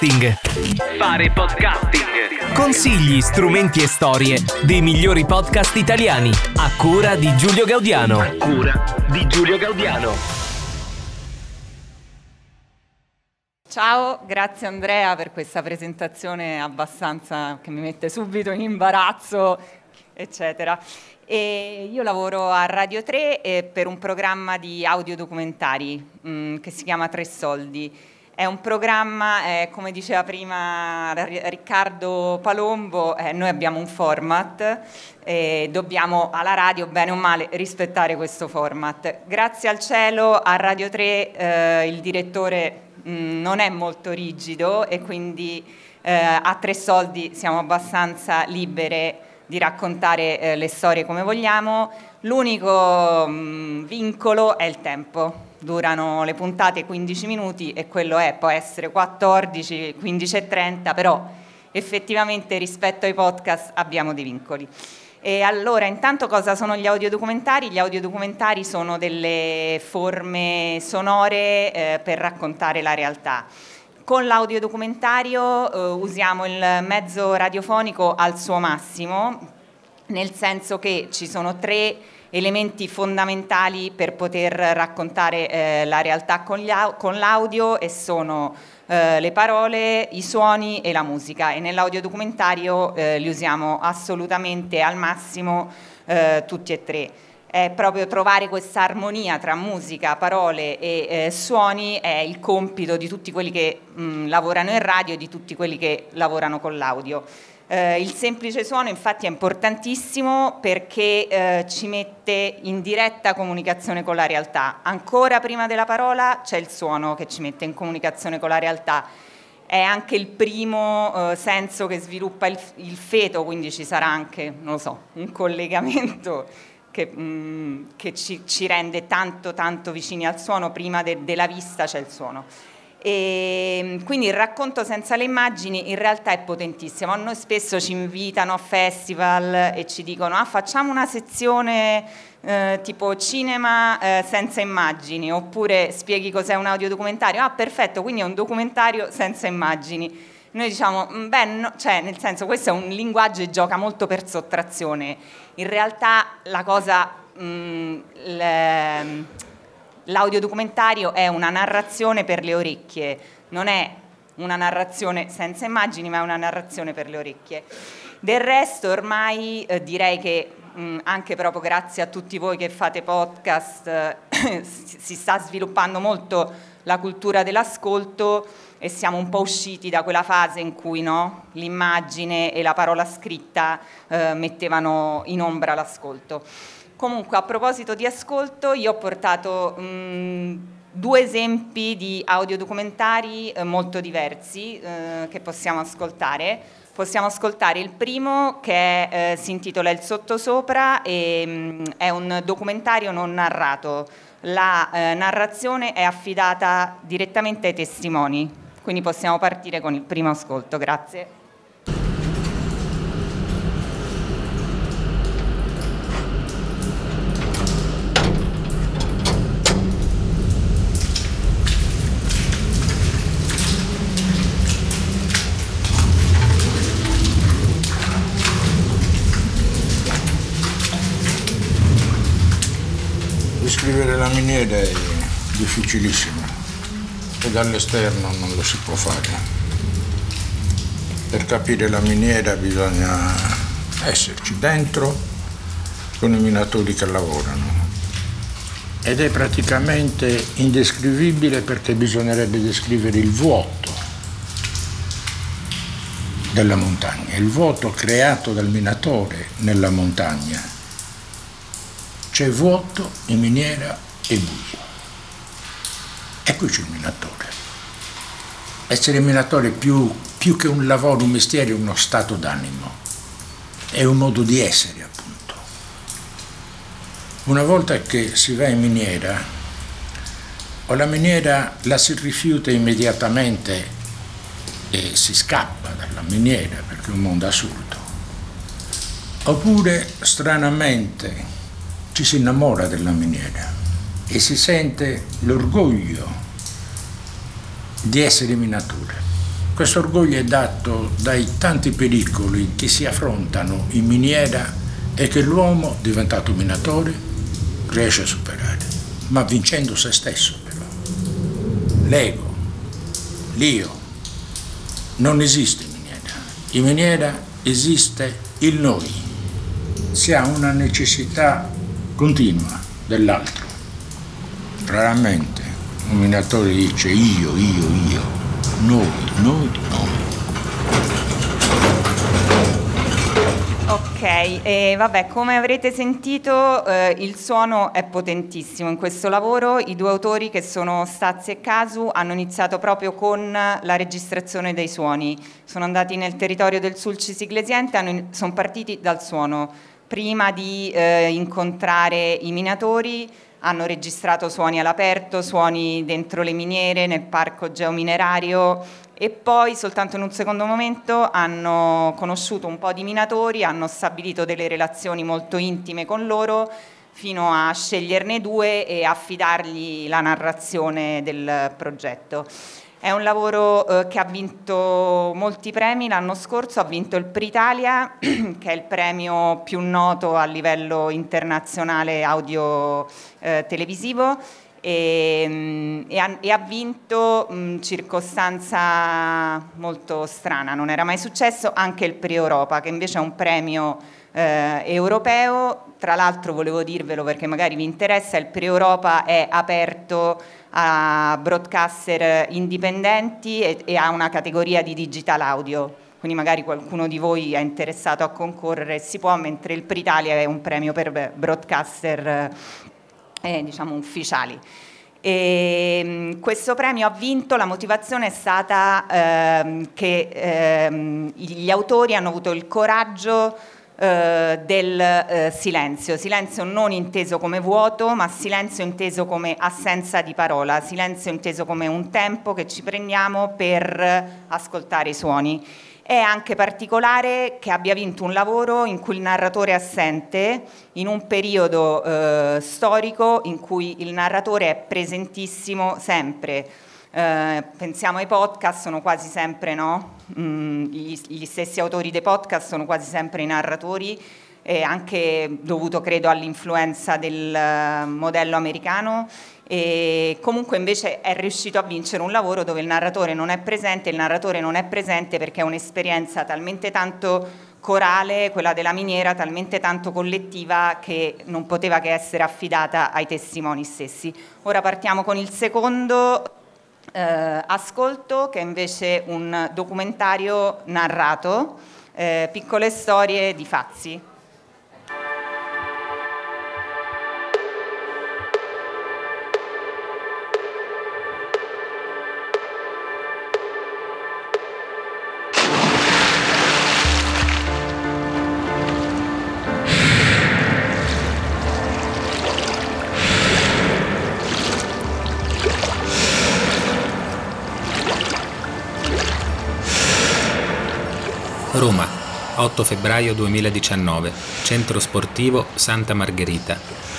podcasting. Fare podcasting. Consigli, strumenti e storie dei migliori podcast italiani. A cura di Giulio Gaudiano. Ciao, grazie Andrea per questa presentazione abbastanza che mi mette subito in imbarazzo, eccetera. E io lavoro a Radio 3 per un programma di audiodocumentari che si chiama Tre Soldi. È un programma, come diceva prima Riccardo Palombo, noi abbiamo un format e dobbiamo alla radio, bene o male, rispettare questo format. Grazie al cielo a Radio 3 il direttore non è molto rigido e quindi a Tre Soldi siamo abbastanza libere di raccontare le storie come vogliamo. L'unico vincolo è il tempo. Durano le puntate 15 minuti e quello può essere 14, 15 e 30, però effettivamente rispetto ai podcast abbiamo dei vincoli. E allora, intanto, cosa sono gli audiodocumentari? Gli audiodocumentari sono delle forme sonore per raccontare la realtà. Con l'audiodocumentario usiamo il mezzo radiofonico al suo massimo, nel senso che ci sono tre elementi fondamentali per poter raccontare la realtà con l'audio, e sono le parole, i suoni e la musica, e nell'audiodocumentario li usiamo assolutamente al massimo tutti e tre. È proprio trovare questa armonia tra musica, parole e suoni è il compito di tutti quelli che lavorano in radio e di tutti quelli che lavorano con l'audio. Il semplice suono infatti è importantissimo perché ci mette in diretta comunicazione con la realtà. Ancora prima della parola c'è il suono che ci mette in comunicazione con la realtà. È anche il primo senso che sviluppa il feto, quindi ci sarà anche, non lo so, un collegamento che ci rende tanto vicini al suono. Prima della vista c'è il suono. E quindi il racconto senza le immagini in realtà è potentissimo. A noi spesso ci invitano a festival e ci dicono facciamo una sezione tipo cinema senza immagini, oppure spieghi cos'è un audiodocumentario. Perfetto, quindi è un documentario senza immagini. Noi diciamo, cioè, nel senso, questo è un linguaggio che gioca molto per sottrazione. In realtà la cosa, l'audiodocumentario è una narrazione per le orecchie, non è una narrazione senza immagini, ma è una narrazione per le orecchie. Del resto ormai direi che anche proprio grazie a tutti voi che fate podcast si sta sviluppando molto la cultura dell'ascolto e siamo un po' usciti da quella fase in cui l'immagine e la parola scritta mettevano in ombra l'ascolto. Comunque, a proposito di ascolto, io ho portato due esempi di audiodocumentari molto diversi che possiamo ascoltare. Possiamo ascoltare il primo, che si intitola Il Sottosopra, e è un documentario non narrato. La narrazione è affidata direttamente ai testimoni, quindi possiamo partire con il primo ascolto. Grazie. Descrivere la miniera è difficilissimo e dall'esterno non lo si può fare. Per capire la miniera bisogna esserci dentro con i minatori che lavorano, ed è praticamente indescrivibile perché bisognerebbe descrivere il vuoto della montagna, il vuoto creato dal minatore nella montagna. C'è vuoto in miniera e buio. E qui c'è il minatore. Essere minatore più che un lavoro, un mestiere, è uno stato d'animo. È un modo di essere, appunto. Una volta che si va in miniera, o la miniera la si rifiuta immediatamente e si scappa dalla miniera perché è un mondo assurdo, oppure stranamente ci si innamora della miniera e si sente l'orgoglio di essere minatore. Questo orgoglio è dato dai tanti pericoli che si affrontano in miniera e che l'uomo, diventato minatore, riesce a superare, ma vincendo se stesso però. L'ego, l'io, non esiste in miniera. In miniera esiste il noi. Si ha una necessità continua dell'altro. Raramente un minatore dice io, noi. Ok, vabbè, come avrete sentito il suono è potentissimo in questo lavoro. I due autori, che sono Stazzi e Casu, hanno iniziato proprio con la registrazione dei suoni. Sono andati nel territorio del Sulcis Iglesiente, sono partiti dal suono. Prima di incontrare i minatori hanno registrato suoni all'aperto, suoni dentro le miniere, nel parco geominerario, e poi soltanto in un secondo momento hanno conosciuto un po' di minatori, hanno stabilito delle relazioni molto intime con loro, fino a sceglierne due e affidargli la narrazione del progetto. È un lavoro che ha vinto molti premi. L'anno scorso ha vinto il Pritalia, che è il premio più noto a livello internazionale audio televisivo, e ha vinto, circostanza molto strana, non era mai successo, anche il Pre-Europa, che invece è un premio europeo. Tra l'altro, volevo dirvelo perché magari vi interessa, il Pre-Europa è aperto a broadcaster indipendenti e ha una categoria di digital audio, quindi magari qualcuno di voi è interessato a concorrere, si può, mentre il Pritalia è un premio per broadcaster diciamo ufficiali. E questo premio ha vinto, la motivazione è stata che gli autori hanno avuto il coraggio del silenzio non inteso come vuoto, ma silenzio inteso come assenza di parola, silenzio inteso come un tempo che ci prendiamo per ascoltare i suoni. È anche particolare che abbia vinto un lavoro in cui il narratore è assente, in un periodo storico in cui il narratore è presentissimo sempre. Pensiamo ai podcast, sono quasi sempre, no? Gli stessi autori dei podcast sono quasi sempre i narratori, anche dovuto credo all'influenza del modello americano, e comunque invece è riuscito a vincere un lavoro dove il narratore non è presente. Il narratore non è presente perché è un'esperienza talmente tanto corale, quella della miniera, talmente tanto collettiva, che non poteva che essere affidata ai testimoni stessi. Ora partiamo con il secondo ascolto, che è invece un documentario narrato, Piccole storie di Fazzi. Roma, 8 febbraio 2019, Centro Sportivo Santa Margherita.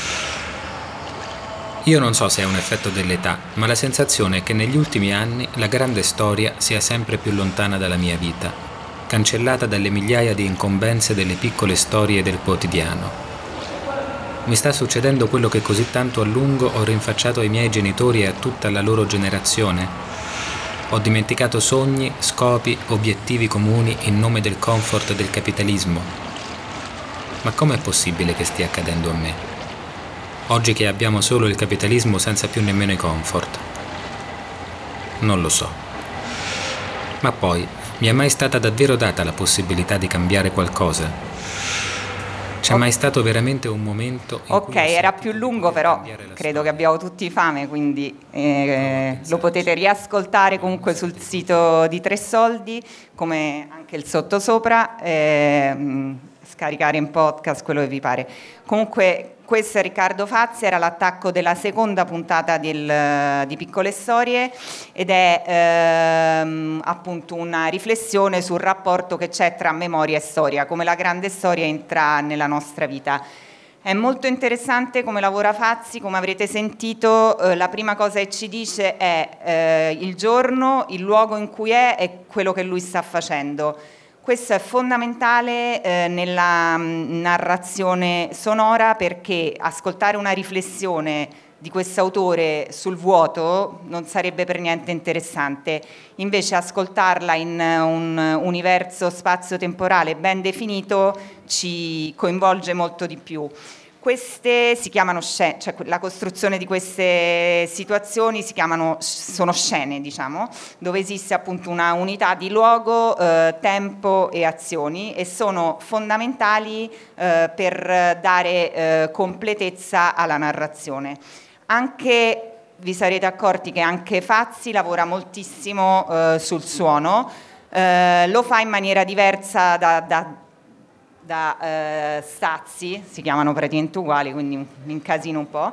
Io non so se è un effetto dell'età, ma la sensazione è che negli ultimi anni la grande storia sia sempre più lontana dalla mia vita, cancellata dalle migliaia di incombenze delle piccole storie del quotidiano. Mi sta succedendo quello che così tanto a lungo ho rinfacciato ai miei genitori e a tutta la loro generazione. Ho dimenticato sogni, scopi, obiettivi comuni in nome del comfort del capitalismo. Ma com'è possibile che stia accadendo a me? Oggi che abbiamo solo il capitalismo senza più nemmeno i comfort. Non lo so. Ma poi, mi è mai stata davvero data la possibilità di cambiare qualcosa? C'è mai stato veramente un momento in cui era più lungo, però credo che abbiamo tutti fame, quindi lo potete riascoltare comunque sul sito di Tre Soldi, come anche il sottosopra, scaricare in podcast, quello che vi pare. Comunque questo è Riccardo Fazzi, era l'attacco della seconda puntata di Piccole Storie, ed è appunto una riflessione sul rapporto che c'è tra memoria e storia, come la grande storia entra nella nostra vita. È molto interessante come lavora Fazzi, come avrete sentito, la prima cosa che ci dice è il giorno, il luogo in cui è e quello che lui sta facendo. Questo è fondamentale nella narrazione sonora, perché ascoltare una riflessione di quest'autore sul vuoto non sarebbe per niente interessante, invece ascoltarla in un universo spazio-temporale ben definito ci coinvolge molto di più. Queste si chiamano scene, cioè la costruzione di queste situazioni sono scene, diciamo, dove esiste appunto una unità di luogo, tempo e azioni, e sono fondamentali per dare completezza alla narrazione. Anche vi sarete accorti che anche Fazzi lavora moltissimo sul suono, lo fa in maniera diversa da Stazzi, si chiamano praticamente uguali, quindi mi incasino un po',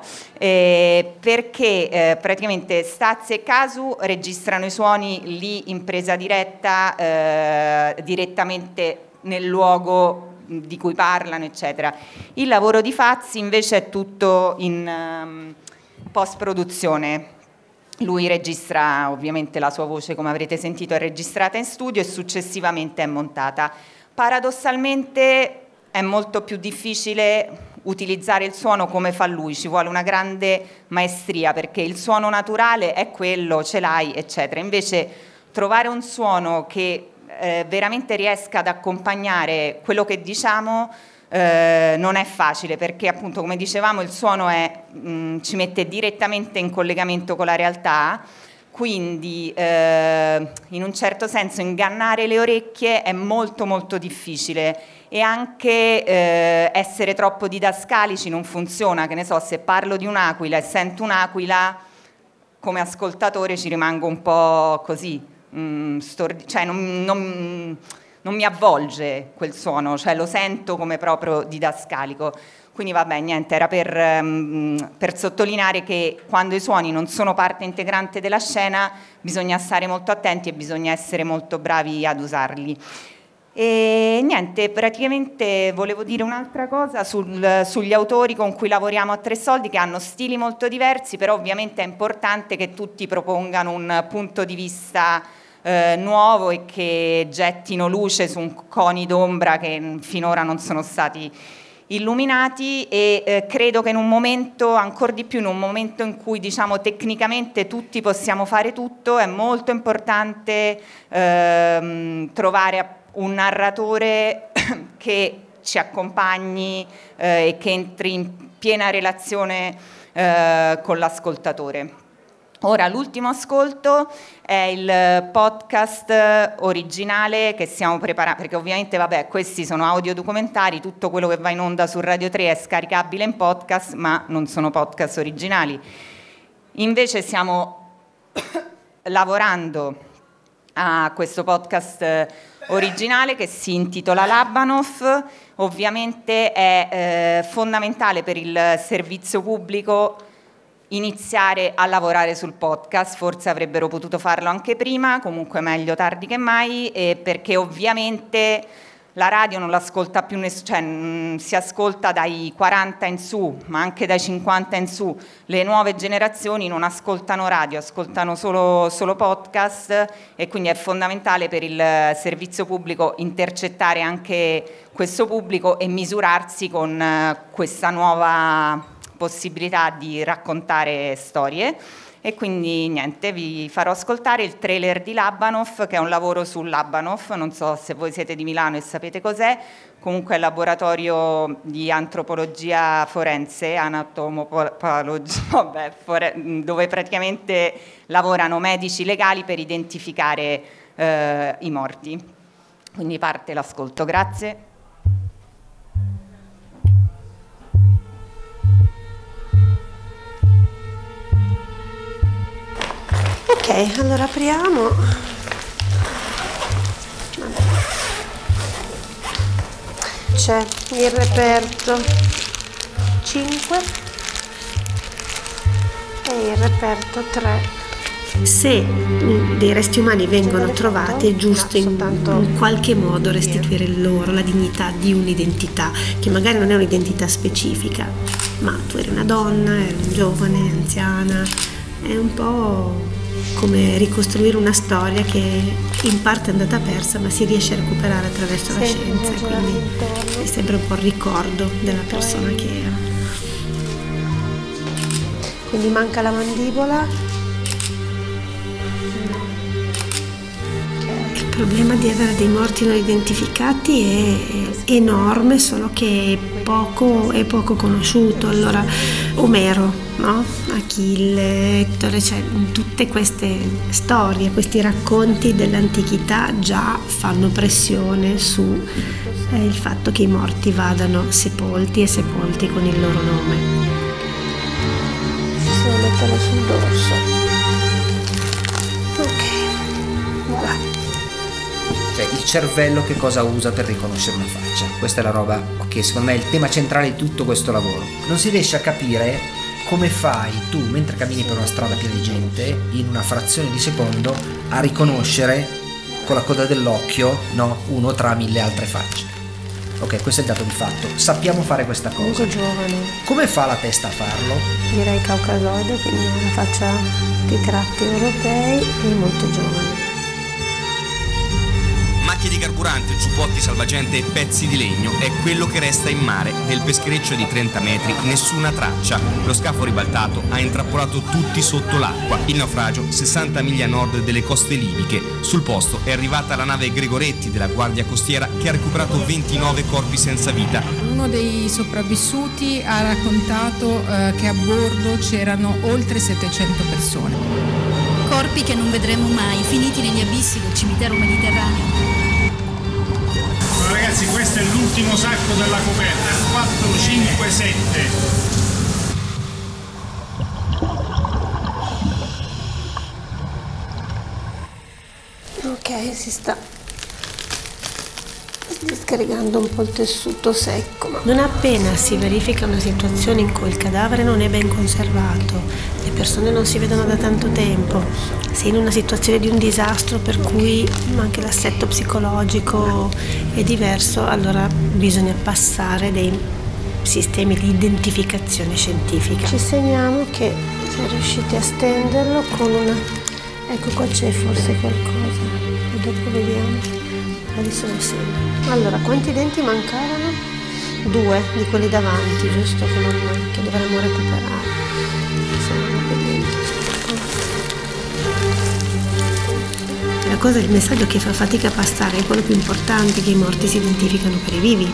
perché praticamente Stazzi e Casu registrano i suoni lì in presa diretta, direttamente nel luogo di cui parlano, eccetera. Il lavoro di Fazzi invece è tutto in post-produzione. Lui registra, ovviamente la sua voce, come avrete sentito, è registrata in studio e successivamente è montata. Paradossalmente è molto più difficile utilizzare il suono come fa lui, ci vuole una grande maestria, perché il suono naturale è quello, ce l'hai, eccetera. Invece trovare un suono che veramente riesca ad accompagnare quello che diciamo non è facile, perché appunto, come dicevamo, il suono ci mette direttamente in collegamento con la realtà. Quindi in un certo senso ingannare le orecchie è molto molto difficile, e anche essere troppo didascalici non funziona. Che ne so, se parlo di un'aquila e sento un'aquila, come ascoltatore ci rimango un po' così, cioè non mi avvolge quel suono, cioè lo sento come proprio didascalico. Quindi vabbè, niente, era per sottolineare che quando i suoni non sono parte integrante della scena bisogna stare molto attenti e bisogna essere molto bravi ad usarli. E niente, praticamente volevo dire un'altra cosa sugli autori con cui lavoriamo a Tre Soldi, che hanno stili molto diversi, però ovviamente è importante che tutti propongano un punto di vista nuovo e che gettino luce su coni d'ombra che finora non sono stati illuminati, e credo che in un momento, ancora di più in un momento in cui diciamo tecnicamente tutti possiamo fare tutto, è molto importante trovare un narratore che ci accompagni e che entri in piena relazione con l'ascoltatore. Ora l'ultimo ascolto è il podcast originale che stiamo preparando, perché ovviamente vabbè, questi sono audiodocumentari, tutto quello che va in onda su Radio 3 è scaricabile in podcast, ma non sono podcast originali. Invece stiamo lavorando a questo podcast originale che si intitola Labanov. Ovviamente è fondamentale per il servizio pubblico iniziare a lavorare sul podcast, forse avrebbero potuto farlo anche prima, comunque meglio tardi che mai, perché ovviamente la radio non l'ascolta più nessuno, si ascolta dai 40 in su, ma anche dai 50 in su. Le nuove generazioni non ascoltano radio, ascoltano solo podcast, e quindi è fondamentale per il servizio pubblico intercettare anche questo pubblico e misurarsi con questa nuova possibilità di raccontare storie. E quindi niente, vi farò ascoltare il trailer di Labanov, che è un lavoro su Labanov, non so se voi siete di Milano e sapete cos'è, comunque è il laboratorio di antropologia forense, dove praticamente lavorano medici legali per identificare i morti. Quindi parte l'ascolto, grazie. Ok, allora apriamo. C'è il reperto 5 e il reperto 3. Se dei resti umani vengono trovati, è giusto in qualche modo restituire loro la dignità di un'identità, che magari non è un'identità specifica, ma tu eri una donna, eri un giovane, anziana, è un po' come ricostruire una storia che in parte è andata persa, ma si riesce a recuperare attraverso la scienza, quindi è sempre un po' il ricordo della persona che era. Quindi manca la mandibola. Il problema di avere dei morti non identificati è enorme, solo che è poco conosciuto. Allora Omero, no? Achille, Ettore, cioè tutte queste storie, questi racconti dell'antichità già fanno pressione su il fatto che i morti vadano sepolti e sepolti con il loro nome. Si deve mettere sul dorso. Ok, guarda. Cioè, il cervello che cosa usa per riconoscere una faccia? Questa è la roba che secondo me è il tema centrale di tutto questo lavoro. Non si riesce a capire come fai tu, mentre cammini per una strada piena di gente, in una frazione di secondo, a riconoscere con la coda dell'occhio, no, uno tra 1000 altre facce. Ok, questo è il dato di fatto. Sappiamo fare questa cosa. Molto giovane. Come fa la testa a farlo? Direi caucasoide, quindi una faccia di tratti europei e molto giovane. Macchie di carburante, giubbotti salvagente e pezzi di legno è quello che resta in mare. Del peschereccio di 30 metri nessuna traccia. Lo scafo ribaltato ha intrappolato tutti sotto l'acqua. Il naufragio 60 miglia a nord delle coste libiche. Sul posto è arrivata la nave Gregoretti della Guardia Costiera che ha recuperato 29 corpi senza vita. Uno dei sopravvissuti ha raccontato che a bordo c'erano oltre 700 persone. Corpi che non vedremo mai, finiti negli abissi del cimitero mediterraneo. Ragazzi, questo è l'ultimo sacco della coperta, 4, 5, 7. Ok, si sta scaricando un po' il tessuto secco. Non appena si verifica una situazione in cui il cadavere non è ben conservato, le persone non si vedono da tanto tempo, sei in una situazione di un disastro per cui anche l'assetto psicologico è diverso, allora bisogna passare dei sistemi di identificazione scientifica. Ci segniamo che siete riusciti a stenderlo con una... Ecco, qua c'è forse qualcosa e dopo vediamo. Adesso lo segno. Allora, quanti denti mancavano? 2 di quelli davanti, giusto? Che dovremmo recuperare. La cosa, il messaggio che fa fatica a passare è quello più importante, che i morti si identificano per i vivi.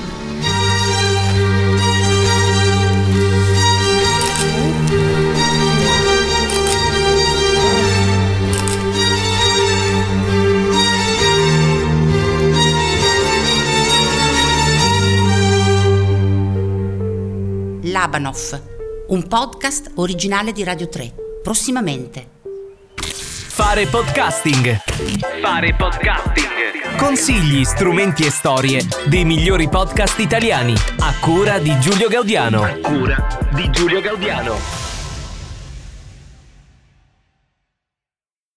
Labanov, un podcast originale di Radio 3. Prossimamente. Fare podcasting. Consigli, strumenti e storie dei migliori podcast italiani. A cura di Giulio Gaudiano.